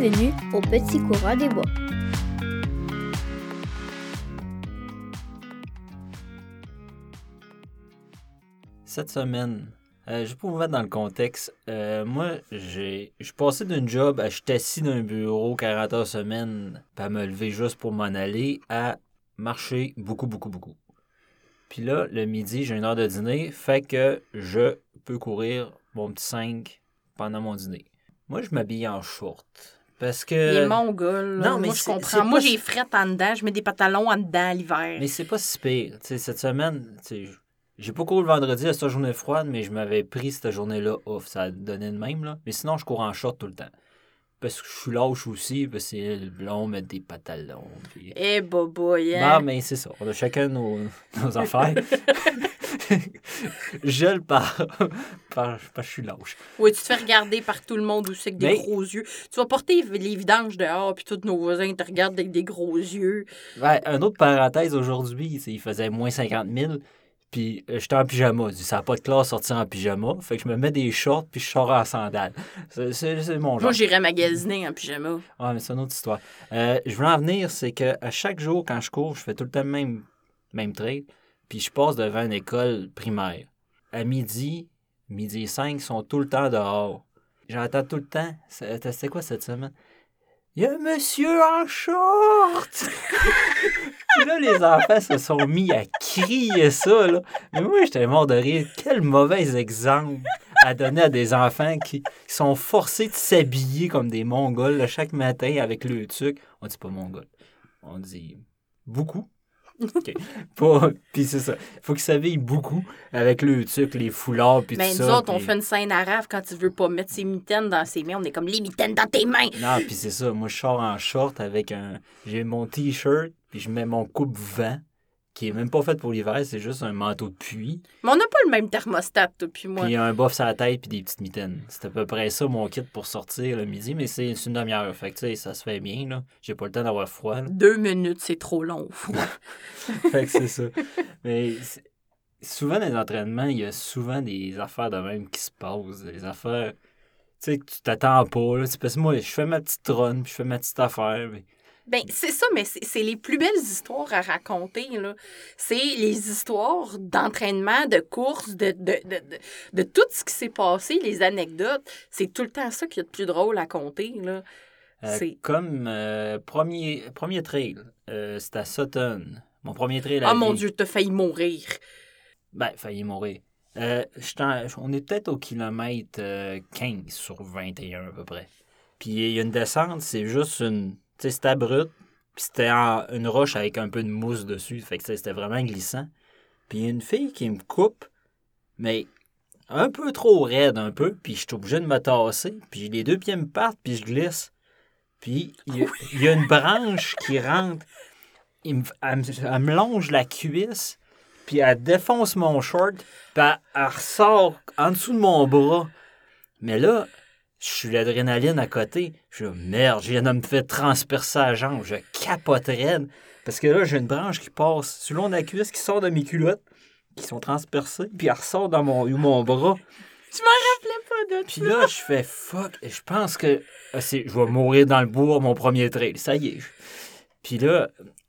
bienvenue au Petit Courant des Bois. Cette semaine, juste pour vous mettre dans le contexte, moi, je suis passé d'une job à je suis assis dans un bureau 40 heures semaine, puis à me lever juste pour m'en aller, à marcher beaucoup. Puis là, le midi, j'ai 1 heure de dîner, fait que je peux courir mon petit 5 pendant mon dîner. Moi, je m'habille en short. Parce que... Il est mongol. Non, mais moi, je c'est comprends. Moi, pas j'ai frette en dedans. Je mets des pantalons en dedans l'hiver. Mais c'est pas si pire. Tu sais, cette semaine, tu sais, j'ai pas couru le vendredi à cette journée froide, mais je m'avais pris cette journée-là off. Ça donnait de même, là. Mais sinon, je cours en short tout le temps. Parce que je suis lâche aussi, parce que c'est long, mettre des pantalons. Puis... Eh, boboy, hein? Non, mais c'est ça. On a chacun nos affaires. Je le pars parce que je suis lâche. Oui, tu te fais regarder par tout le monde aussi avec des gros yeux. Tu vas porter les vidanges dehors, puis tous nos voisins te regardent avec des gros yeux. Ouais, une autre parenthèse aujourd'hui, il faisait moins 50 000. Puis j'étais en pyjama. Ça n'a pas de classe sortir en pyjama. Fait que je me mets des shorts puis je sors en sandales. C'est mon genre. Moi, j'irais magasiner en pyjama. Ouais, mais c'est une autre histoire. Je voulais en venir, c'est qu'à chaque jour, quand je cours, je fais tout le temps le même trail. Puis je passe devant une école primaire. À midi 5, ils sont tout le temps dehors. J'entends tout le temps. C'était quoi cette semaine? Il y a un monsieur en short! Puis là, les enfants se sont mis à crier ça, là. Mais moi, j'étais mort de rire. Quel mauvais exemple à donner à des enfants qui sont forcés de s'habiller comme des Mongols là, chaque matin avec le tuc. On dit pas Mongol. On dit beaucoup. OK. Puis c'est ça. Il faut qu'ils s'habillent beaucoup avec le tuc, les foulards, puis tout ça. Mais nous autres, on fait une scène arabe quand tu veux pas mettre ses mitaines dans ses mains. On est comme les mitaines dans tes mains. Non, puis c'est ça. Moi, je sors en short avec j'ai mon T-shirt, puis je mets mon coupe-vent, qui est même pas fait pour l'hiver, c'est juste un manteau de pluie. Mais on n'a pas le même thermostat, toi puis moi. Puis un bof sur la tête, puis des petites mitaines. C'est à peu près ça, mon kit pour sortir le midi, mais c'est une demi-heure. Fait que, tu sais, ça se fait bien, là. J'ai pas le temps d'avoir froid, là. 2 minutes, c'est trop long, froid. Fait que c'est ça. Mais souvent, dans les entraînements, il y a souvent des affaires de même qui se passent. Des affaires, tu sais, que tu t'attends pas, là. Parce que moi, je fais ma petite run, puis je fais ma petite affaire, mais... Ben, c'est ça, mais c'est les plus belles histoires à raconter, là. C'est les histoires d'entraînement, de course, de tout ce qui s'est passé, les anecdotes. C'est tout le temps ça qu'il y a de plus drôle à compter, là. Comme premier trail, c'était à Sutton. Mon premier trail à Ah, vie. mon Dieu, t'as failli mourir. Ben, failli mourir. On est peut-être au kilomètre 15 sur 21 à peu près. Puis il y a une descente, c'est juste une... Tu sais, c'était abrupt, puis c'était une roche avec un peu de mousse dessus. Fait que c'était vraiment glissant. Puis il y a une fille qui me coupe, mais un peu trop raide un peu, puis je suis obligé de me tasser. Puis les 2 pieds me partent, puis je glisse. Puis il y a une branche qui rentre. Elle me longe la cuisse, puis elle défonce mon short, puis elle ressort en dessous de mon bras. Mais là, je suis l'adrénaline à côté. Je dis, merde, je viens de me faire transpercer la jambe. Je capote raide. Parce que là, j'ai une branche qui passe sur le long de la cuisse, qui sort de mes culottes, qui sont transpercées, puis elle ressort dans mon bras. Je m'en rappelais pas de ça. Puis là, je fais fuck. Et je pense que je vais mourir dans le bois, mon premier trail. Ça y est. Puis là,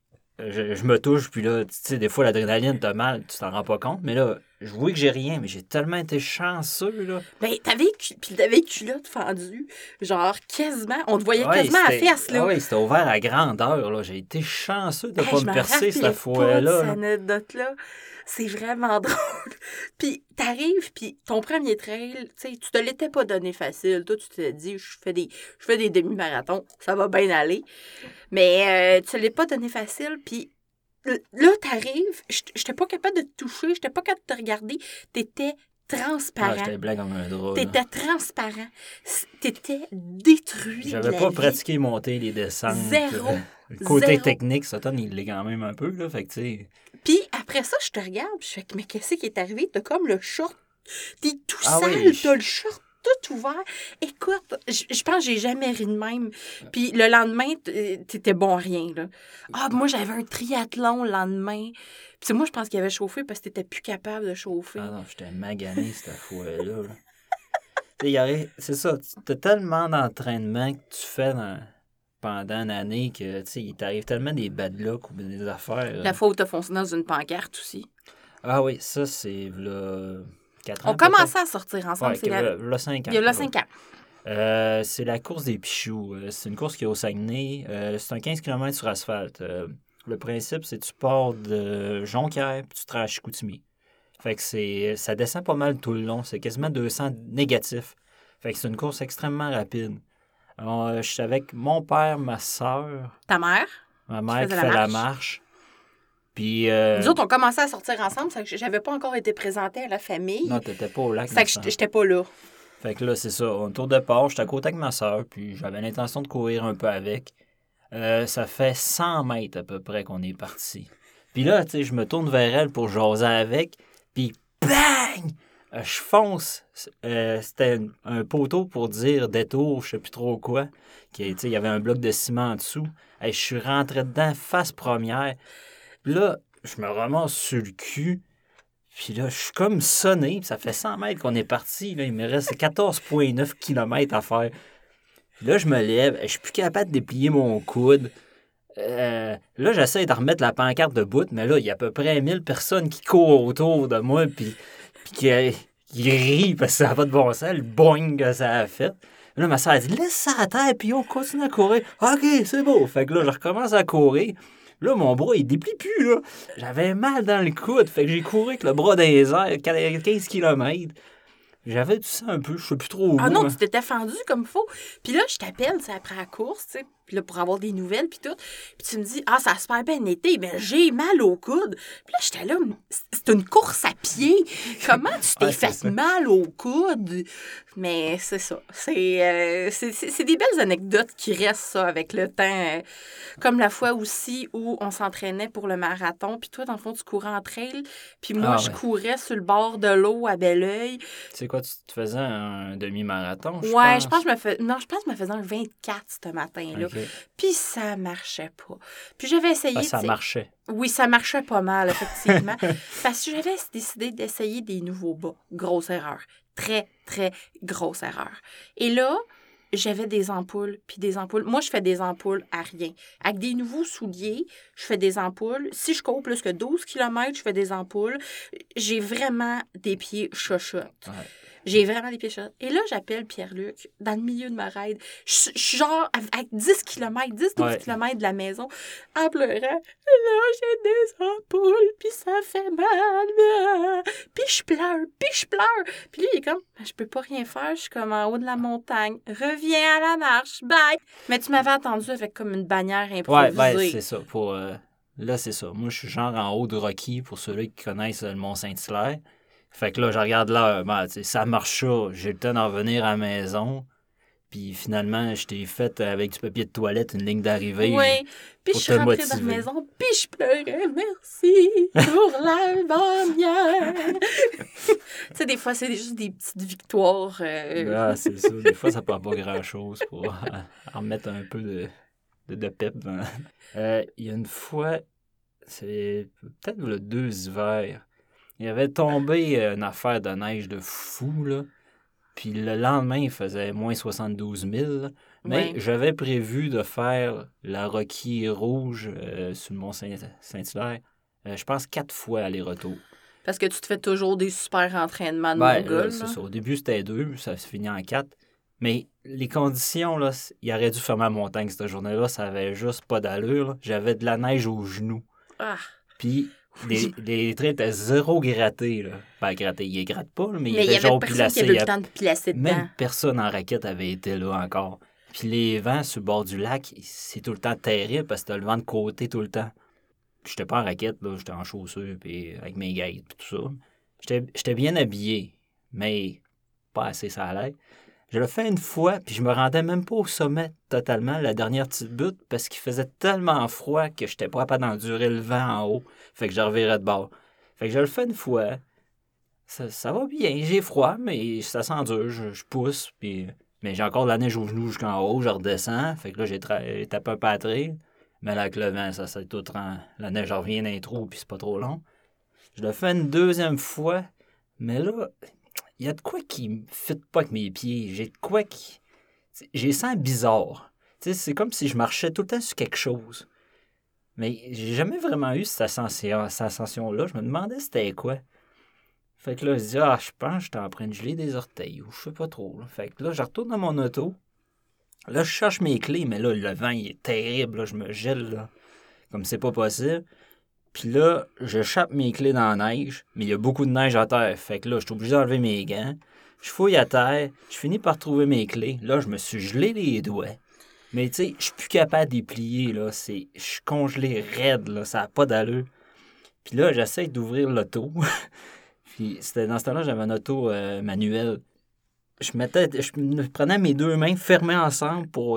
je me touche, puis là, tu sais, des fois, l'adrénaline t'a mal, tu t'en rends pas compte. Mais là, je vois que j'ai rien, mais j'ai tellement été chanceux, là. Ben, t'avais culotte fendue, genre quasiment, on te voyait quasiment à la fesse, là. Oui, c'était ouvert à grandeur, là. J'ai été chanceux de ne pas me percer cette fois-là. Cette anecdote-là. C'est vraiment drôle. Puis t'arrives, puis ton premier trail, tu sais, tu te l'étais pas donné facile. Toi, tu t'es dit, je fais des demi-marathons, ça va bien aller. Mais tu te l'es pas donné facile, puis là, t'arrives, j'étais pas capable de te toucher, j'étais pas capable de te regarder, t'étais transparent. J'étais blanc comme un drap. T'étais transparent. T'étais détruit. J'avais pas pratiqué monter les descentes. Zéro. Le côté technique, Sutton, il l'est quand même un peu, là. Fait que, tu sais. Puis après ça, je te regarde, puis je fais, mais qu'est-ce qui est arrivé? T'as comme le short. T'es tout sale, oui. t'as le short tout ouvert. Écoute, je pense que j'ai jamais ri de même. Puis le lendemain, t'étais bon à rien, là. Ah, moi, j'avais un triathlon le lendemain. Puis moi, je pense qu'il avait chauffé parce que t'étais plus capable de chauffer. Ah non, j'étais magané cette fois-là. Là. C'est ça, tu as tellement d'entraînement que tu fais pendant une année que il t'arrive tellement des bad luck ou des affaires. La fois où t'as foncé dans une pancarte aussi. Ah oui, ça, c'est là, 4 ans. On commençait à sortir ensemble. Ouais, C'est là, 5 ans. Il y a là 5 ans. C'est la course des Pichoux. C'est une course qui est au Saguenay. C'est un 15 km sur asphalte. Le principe, c'est que tu pars de Jonquière puis tu te rends à Chicoutimi. Fait que ça descend pas mal tout le long. C'est quasiment 200 négatifs. Fait que c'est une course extrêmement rapide. Alors, je suis avec mon père, ma soeur, Ta mère? ma mère qui fait la marche. Puis, Nous autres, on commençait à sortir ensemble. Ça fait que j'avais pas encore été présentée à la famille. non, t'étais pas au lac. Ça fait que j'étais pas là. Fait que là, c'est ça. On tour de port, j'étais à côté avec ma soeur, puis j'avais l'intention de courir un peu avec. Ça fait 100 mètres à peu près qu'on est parti. Puis là, tu sais, je me tourne vers elle pour jaser avec, puis bang! Je fonce. C'était un poteau pour dire détour, je sais plus trop quoi. Il y avait un bloc de ciment en dessous. Je suis rentré dedans face première. Puis là, je me ramasse sur le cul. Puis là, je suis comme sonné. Ça fait 100 mètres qu'on est parti. Là, il me reste 14,9 km à faire. Puis là, je me lève. Je suis plus capable de déplier mon coude. Là, j'essaie de remettre la pancarte de bout, mais là, il y a à peu près 1000 personnes qui courent autour de moi. Puis qui rient parce que ça n'a pas de bon sens. Le boing que ça a fait. Là, ma soeur a dit, laisse ça à terre, puis on continue à courir. OK, c'est beau. Fait que là, je recommence à courir. Là, mon bras, il déplie plus, là. J'avais mal dans le coude. Fait que j'ai couru avec le bras dans les airs, 15 km. J'avais du sang un peu, je sais plus trop où. Ah non, tu t'étais fendu comme faut. Puis là, je t'appelle, c'est après la course, tu sais, puis là, pour avoir des nouvelles, puis tout. Puis tu me dis, ah, ça a super bien été, mais j'ai mal au coude. Puis là, j'étais là, c'est une course à pied. Comment tu t'es fait mal au coude? Mais c'est ça. C'est des belles anecdotes qui restent, ça, avec le temps. Comme la fois aussi où on s'entraînait pour le marathon, puis toi, dans le fond, tu courais en trail, puis moi, je courais sur le bord de l'eau à Belleuil. Tu sais quoi, tu te faisais un demi-marathon, je pense. pense Je me faisais un 24 ce matin-là. Okay. Puis ça marchait pas. Puis j'avais essayé... ça marchait. Oui, ça marchait pas mal, effectivement. Parce que j'avais décidé d'essayer des nouveaux bas. Grosse erreur. Très, très grosse erreur. Et là, j'avais des ampoules, puis des ampoules. Moi, je fais des ampoules à rien. Avec des nouveaux souliers, je fais des ampoules. Si je cours plus que 12 km, je fais des ampoules. J'ai vraiment des pieds chochottes. Ouais. J'ai vraiment des pieds chochottes. Et là, j'appelle Pierre-Luc dans le milieu de ma ride. Je suis genre avec 10 km, 10-12 km de la maison, en pleurant. Là, j'ai des ampoules, puis ça fait mal. Puis je pleure. Puis lui, il est comme, je peux pas rien faire, je suis comme en haut de la montagne. Reviens à la marche, bye! Mais tu m'avais attendu avec comme une bannière improvisée. Ouais, ben, c'est ça. Là, c'est ça. Moi, je suis genre en haut de Rocky, pour ceux-là qui connaissent le Mont-Saint-Hilaire. Fait que là, je regarde l'heure. Ben, ça marche ça. J'ai le temps d'en revenir à la maison. Puis finalement, je t'ai fait avec du papier de toilette une ligne d'arrivée. Oui. Puis je suis rentrée dans la maison, puis je pleurais. Merci pour la bannière. Tu sais, des fois, c'est juste des petites victoires. Ah, c'est ça. Des fois, ça prend pas grand-chose pour en mettre un peu de pep. Il y a une fois, c'est peut-être le 2 hivers, il avait tombé une affaire de neige de fou, là. Puis le lendemain, il faisait moins 72 000. Mais j'avais prévu de faire la Rocky rouge sur le Mont-Saint-Hilaire, je pense 4 fois aller-retour. Parce que tu te fais toujours des super entraînements de mongol. C'est ça. Au début, c'était 2, ça se finit en 4. Mais les conditions, là, il aurait dû faire ma montagne cette journée-là. Ça avait juste pas d'allure, là. J'avais de la neige aux genoux. Ah. Puis les traits étaient zéro grattés, là. Ben, grattés, ils les grattent pas, mais il y avait genre placé. Il y avait le temps de placer dedans. Même personne en raquette avait été là encore. Puis les vents sur le bord du lac, c'est tout le temps terrible parce que t'as le vent de côté tout le temps. J'étais pas en raquette, là. J'étais en chaussures, puis avec mes guides, puis tout ça. J'étais bien habillé, mais pas assez, ça allait. Je l'ai fait une fois, puis je me rendais même pas au sommet totalement, la dernière petite butte, parce qu'il faisait tellement froid que j'étais pas capable d'endurer le vent en haut. Fait que je revirais de bord. Fait que je le fais une fois. Ça va bien, j'ai froid, mais ça s'endure. Je pousse, puis... Mais j'ai encore de la neige aux genoux jusqu'en haut, je redescends. Fait que là, j'ai tapé un peu à trail. Mais là, avec le vent, ça s'est tout rend... La neige revient dans les trous, puis c'est pas trop long. Je le fais une deuxième fois, mais là... y a de quoi qui me fit pas avec mes pieds. J'ai de quoi qui... J'ai les sens bizarre. Tu sais, c'est comme si je marchais tout le temps sur quelque chose. Mais j'ai jamais vraiment eu cette sensation-là. Je me demandais c'était quoi. Fait que là, je dis, je pense que j'étais en train de geler des orteils ou je sais pas trop. Là. Fait que là, je retourne dans mon auto. Là, je cherche mes clés, mais là, le vent, il est terrible. Là, je me gèle, là, comme c'est pas possible. Puis là, je chape mes clés dans la neige, mais il y a beaucoup de neige à terre. Fait que là, je suis obligé d'enlever mes gants. Je fouille à terre. Je finis par trouver mes clés. Là, je me suis gelé les doigts. Mais tu sais, je suis plus capable d'y plier, là. Je suis congelé raide, là. Ça n'a pas d'allure. Puis là, j'essaie d'ouvrir l'auto. Puis dans ce temps-là, j'avais un auto manuel. Je prenais mes deux mains fermées ensemble pour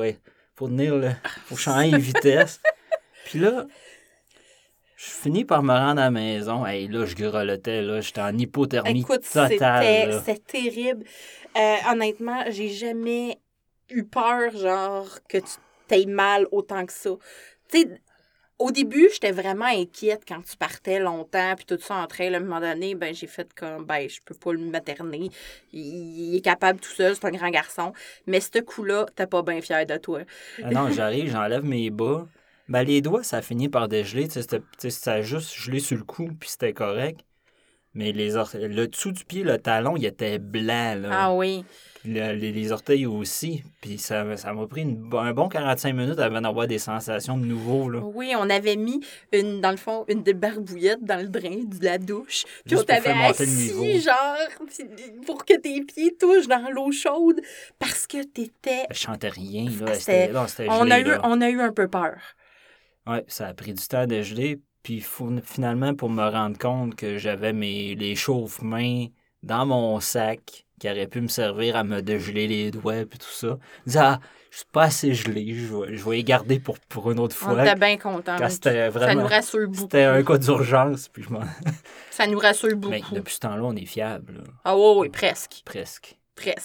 changer les vitesses. Puis là, je finis par me rendre à la maison. Hey, là, je grelottais, là. J'étais en hypothermie totale. C'était terrible. Honnêtement, j'ai jamais eu peur, genre, que tu t'aies mal autant que ça. Tu sais, au début, j'étais vraiment inquiète quand tu partais longtemps, puis tout ça en train. À un moment donné, ben j'ai fait comme, je peux pas le materner. Il est capable tout seul, c'est un grand garçon. Mais ce coup-là, t'es pas bien fier de toi. Non, j'arrive, j'enlève mes bas. Ben, les doigts, ça a fini par dégeler. Ça a juste gelé sur le cou, puis c'était correct. Mais le dessous du pied, le talon, il était blanc. Là. Ah oui. Puis les orteils aussi. Puis ça m'a pris un bon 45 minutes avant d'avoir des sensations de nouveau. Là. Oui, on avait mis, dans le fond, une débarbouillette dans le drain de la douche. Puis Juste on t'avait assis, genre, pour que tes pieds touchent dans l'eau chaude. Parce que t'étais... Je chantais rien. Là. C'était gelé, on a eu un peu peur. Oui, ça a pris du temps de geler. Puis finalement, pour me rendre compte que j'avais les chauffe-mains dans mon sac qui auraient pu me servir à me dégeler les doigts puis tout ça, je disais, je suis pas assez gelé, je vais les garder pour une autre fois. On était bien contents. Ça nous rassure beaucoup. C'était un cas d'urgence. Puis ça nous rassure beaucoup. Mais depuis ce temps-là, on est fiable. Là. Ah oui, presque. Presque.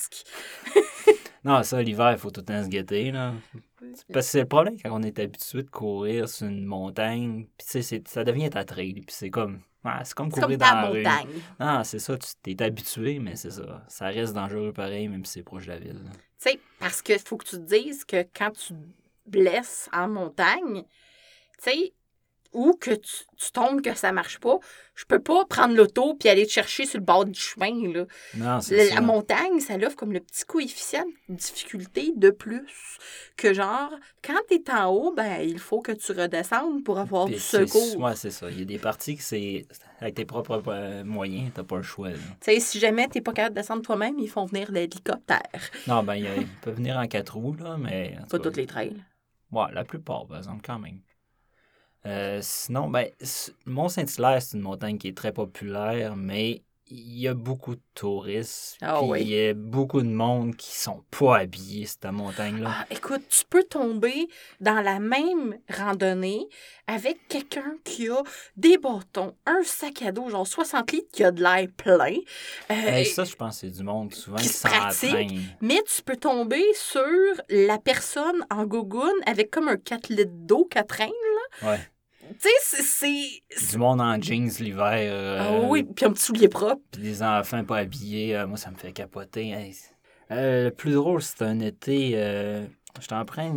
Non, ça, l'hiver, il faut tout le temps se guetter, là. Parce que c'est le problème quand on est habitué de courir sur une montagne, puis tu sais, ça devient ta trail, puis c'est comme courir dans la rue. Non, c'est ça, tu t'es habitué, mais c'est ça. Ça reste dangereux pareil, même si c'est proche de la ville. Tu sais, parce que faut que tu te dises que quand tu te blesses en montagne, tu sais, ou que tu tombes que ça marche pas, je peux pas prendre l'auto puis aller te chercher sur le bord du chemin, là. Non, c'est ça. La montagne, ça l'offre comme le petit coefficient de difficulté de plus que genre, quand t'es en haut, il faut que tu redescendes pour avoir du secours. Oui, c'est ça. Il y a des parties que c'est avec tes propres moyens, t'as pas le choix. Tu sais, si jamais t'es pas capable de descendre toi-même, ils font venir l'hélicoptère. Non, ils peuvent venir en 4 roues, là, mais... Pas toutes les trails. Ouais, la plupart, par exemple, quand même. Sinon, Mont-Saint-Hilaire, c'est une montagne qui est très populaire, mais il y a beaucoup de touristes. Il y a beaucoup de monde qui sont pas habillés, cette montagne-là. Écoute, tu peux tomber dans la même randonnée avec quelqu'un qui a des bâtons, un sac à dos, genre 60 litres, qui a de l'air plein. Ça, je pense que c'est du monde souvent qui s'entraîne. Mais tu peux tomber sur la personne en gougoune avec comme un 4 litres d'eau qu'elle traîne, là. Ouais. Tu sais, c'est... Du monde en jeans l'hiver. oui, puis un petit soulier propre. Puis des enfants pas habillés. Moi, ça me fait capoter. Le plus drôle, c'était un été... J'étais en train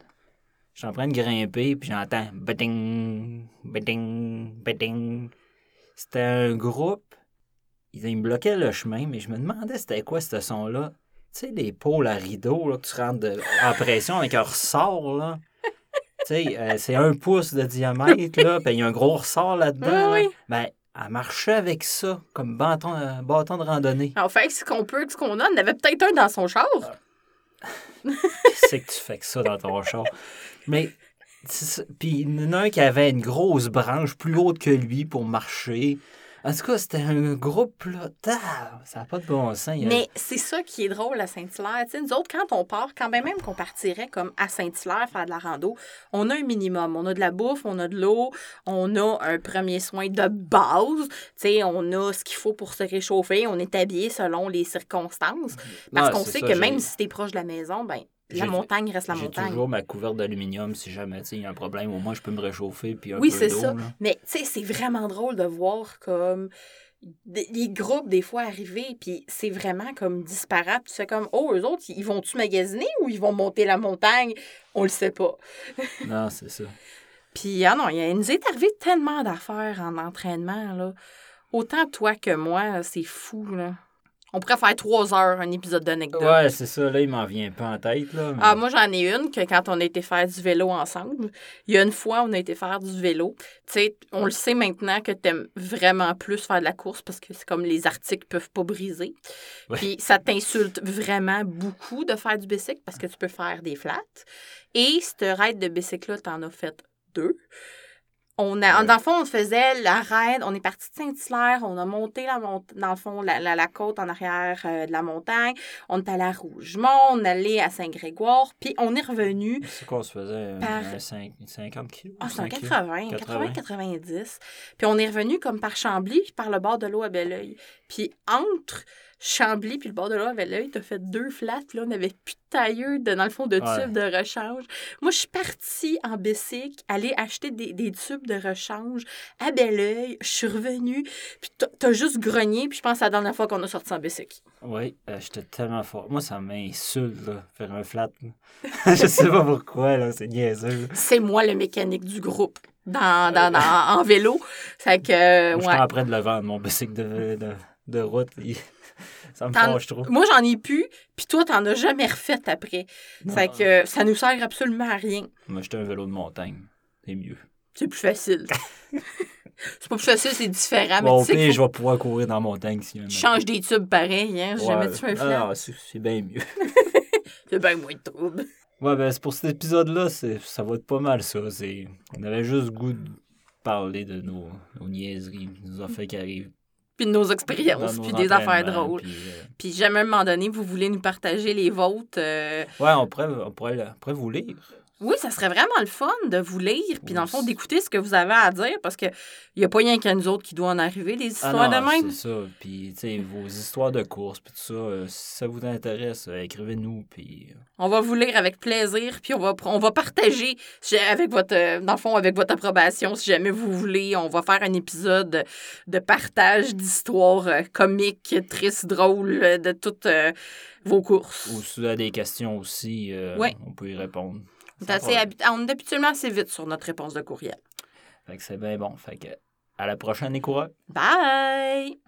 de grimper, puis j'entends... Bading, bading, bading. C'était un groupe. Ils me bloquaient le chemin, mais je me demandais c'était quoi ce son-là. Tu sais, les pôles à rideau, là, que tu rentres en pression avec un ressort, là. Tu sais, c'est 1 pouce de diamètre, là, puis il y a un gros ressort là-dedans. Oui. Elle marchait avec ça, comme bâton de randonnée. En fait, ce qu'on a, on avait peut-être un dans son char. Qu'est-ce que tu fais que ça dans ton char? Mais, puis il y en a un qui avait une grosse branche plus haute que lui pour marcher. En tout cas, c'était un groupe, là, ça n'a pas de bon sens. Mais c'est ça qui est drôle à Saint-Hilaire. Tu sais, nous autres, quand on part, quand même qu'on partirait comme à Saint-Hilaire faire de la rando, on a un minimum. On a de la bouffe, on a de l'eau, on a un premier soin de base. Tu sais, on a ce qu'il faut pour se réchauffer. On est habillé selon les circonstances. Parce qu'on sait que même si t'es proche de la maison, la montagne reste la montagne. J'ai toujours ma couverte d'aluminium si jamais il y a un problème. Au moins, je peux me réchauffer puis un peu d'eau. Oui, c'est ça. Là. Mais tu sais, c'est vraiment drôle de voir comme les groupes, des fois, arriver, puis c'est vraiment comme disparate. Tu fais comme, oh, eux autres, ils vont-tu magasiner ou ils vont monter la montagne? On le sait pas. Non, c'est ça. Puis, non, il nous est arrivé tellement d'affaires en entraînement, là. Autant toi que moi, c'est fou, là. On pourrait faire 3 heures un épisode d'anecdote. Ouais, c'est ça. Là, il m'en vient pas en tête, là. Mais... Ah, moi, j'en ai une que quand on a été faire du vélo ensemble, il y a une fois, on a été faire du vélo. Tu sais, on le sait maintenant que t'aimes vraiment plus faire de la course parce que c'est comme les articles peuvent pas briser. Ouais. Puis ça t'insulte vraiment beaucoup de faire du bicycle parce que tu peux faire des flats. Et cette ride de bicycle-là, t'en as fait 2. Dans le fond, on faisait la raid, on est parti de Saint-Hilaire, on a monté dans le fond la côte en arrière de la montagne, on est allé à Rougemont, on est allé à Saint-Grégoire, puis on est revenu... C'est quoi, on se faisait? Par... 50 kilos? Ah, c'est en 80-90. Puis on est revenu comme par Chambly, puis par le bord de l'eau à Belleuil. Puis entre Chambly puis le bord de l'eau à Belleuil, t'as fait 2 flats, puis là, on n'avait plus de tailleux, dans le fond, de tubes de rechange. Moi, je suis partie en bicycle, aller acheter des tubes de rechange à Belleuil. Je suis revenue, puis t'as juste grogné, puis je pense que c'est la dernière fois qu'on a sorti en bicycle. Oui, j'étais tellement fort. Moi, ça m'insulte, là, faire un flat. Je sais pas pourquoi, là, c'est niaiseux. C'est moi le mécanique du groupe en vélo. C'est que, moi, je suis en train de le vendre, mon bicycle de route. Ça me fâche trop. Moi, j'en ai plus, puis toi, t'en as jamais refait après. C'est que ça nous sert absolument à rien. Moi, j'étais un vélo de montagne. C'est mieux. C'est plus facile. C'est pas plus facile, c'est différent. Bon, mais tu sais je vais pouvoir courir dans la montagne. Si tu changes des tubes pareil, hein? J'ai jamais fait un flat. Ah, c'est bien mieux. C'est bien moins de trouble. Ouais, ben, pour cet épisode-là, ça va être pas mal, ça. On avait juste le goût de parler de nos niaiseries, nos affaires qui arrivent. Puis de nos expériences, puis des affaires drôles. Puis jamais à un moment donné, vous voulez nous partager les vôtres. Ouais, on pourrait vous lire. Oui, ça serait vraiment le fun de vous lire, puis dans le fond, d'écouter ce que vous avez à dire, parce qu'il n'y a pas rien qu'à nous autres qui doit en arriver, des histoires de même. C'est ça. Puis, tu sais, vos histoires de course, puis tout ça, si ça vous intéresse, écrivez-nous, puis... On va vous lire avec plaisir, puis on va partager avec dans le fond, avec votre approbation, si jamais vous voulez. On va faire un épisode de partage d'histoires comiques, tristes, drôles, de toutes vos courses. Ou si vous avez des questions aussi, on peut y répondre. On est habituellement assez vite sur notre réponse de courriel. Fait que c'est bien bon. Fait que à la prochaine, les coureurs. Bye!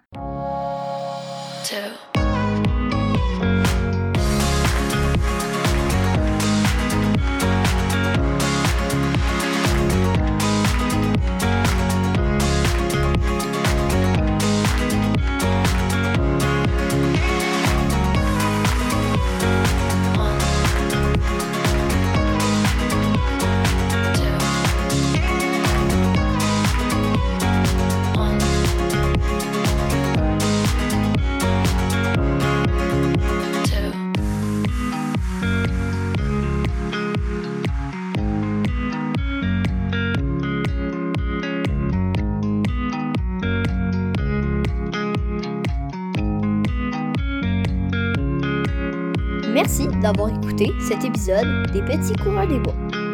Merci d'avoir écouté cet épisode des Petits Coureurs des Bois.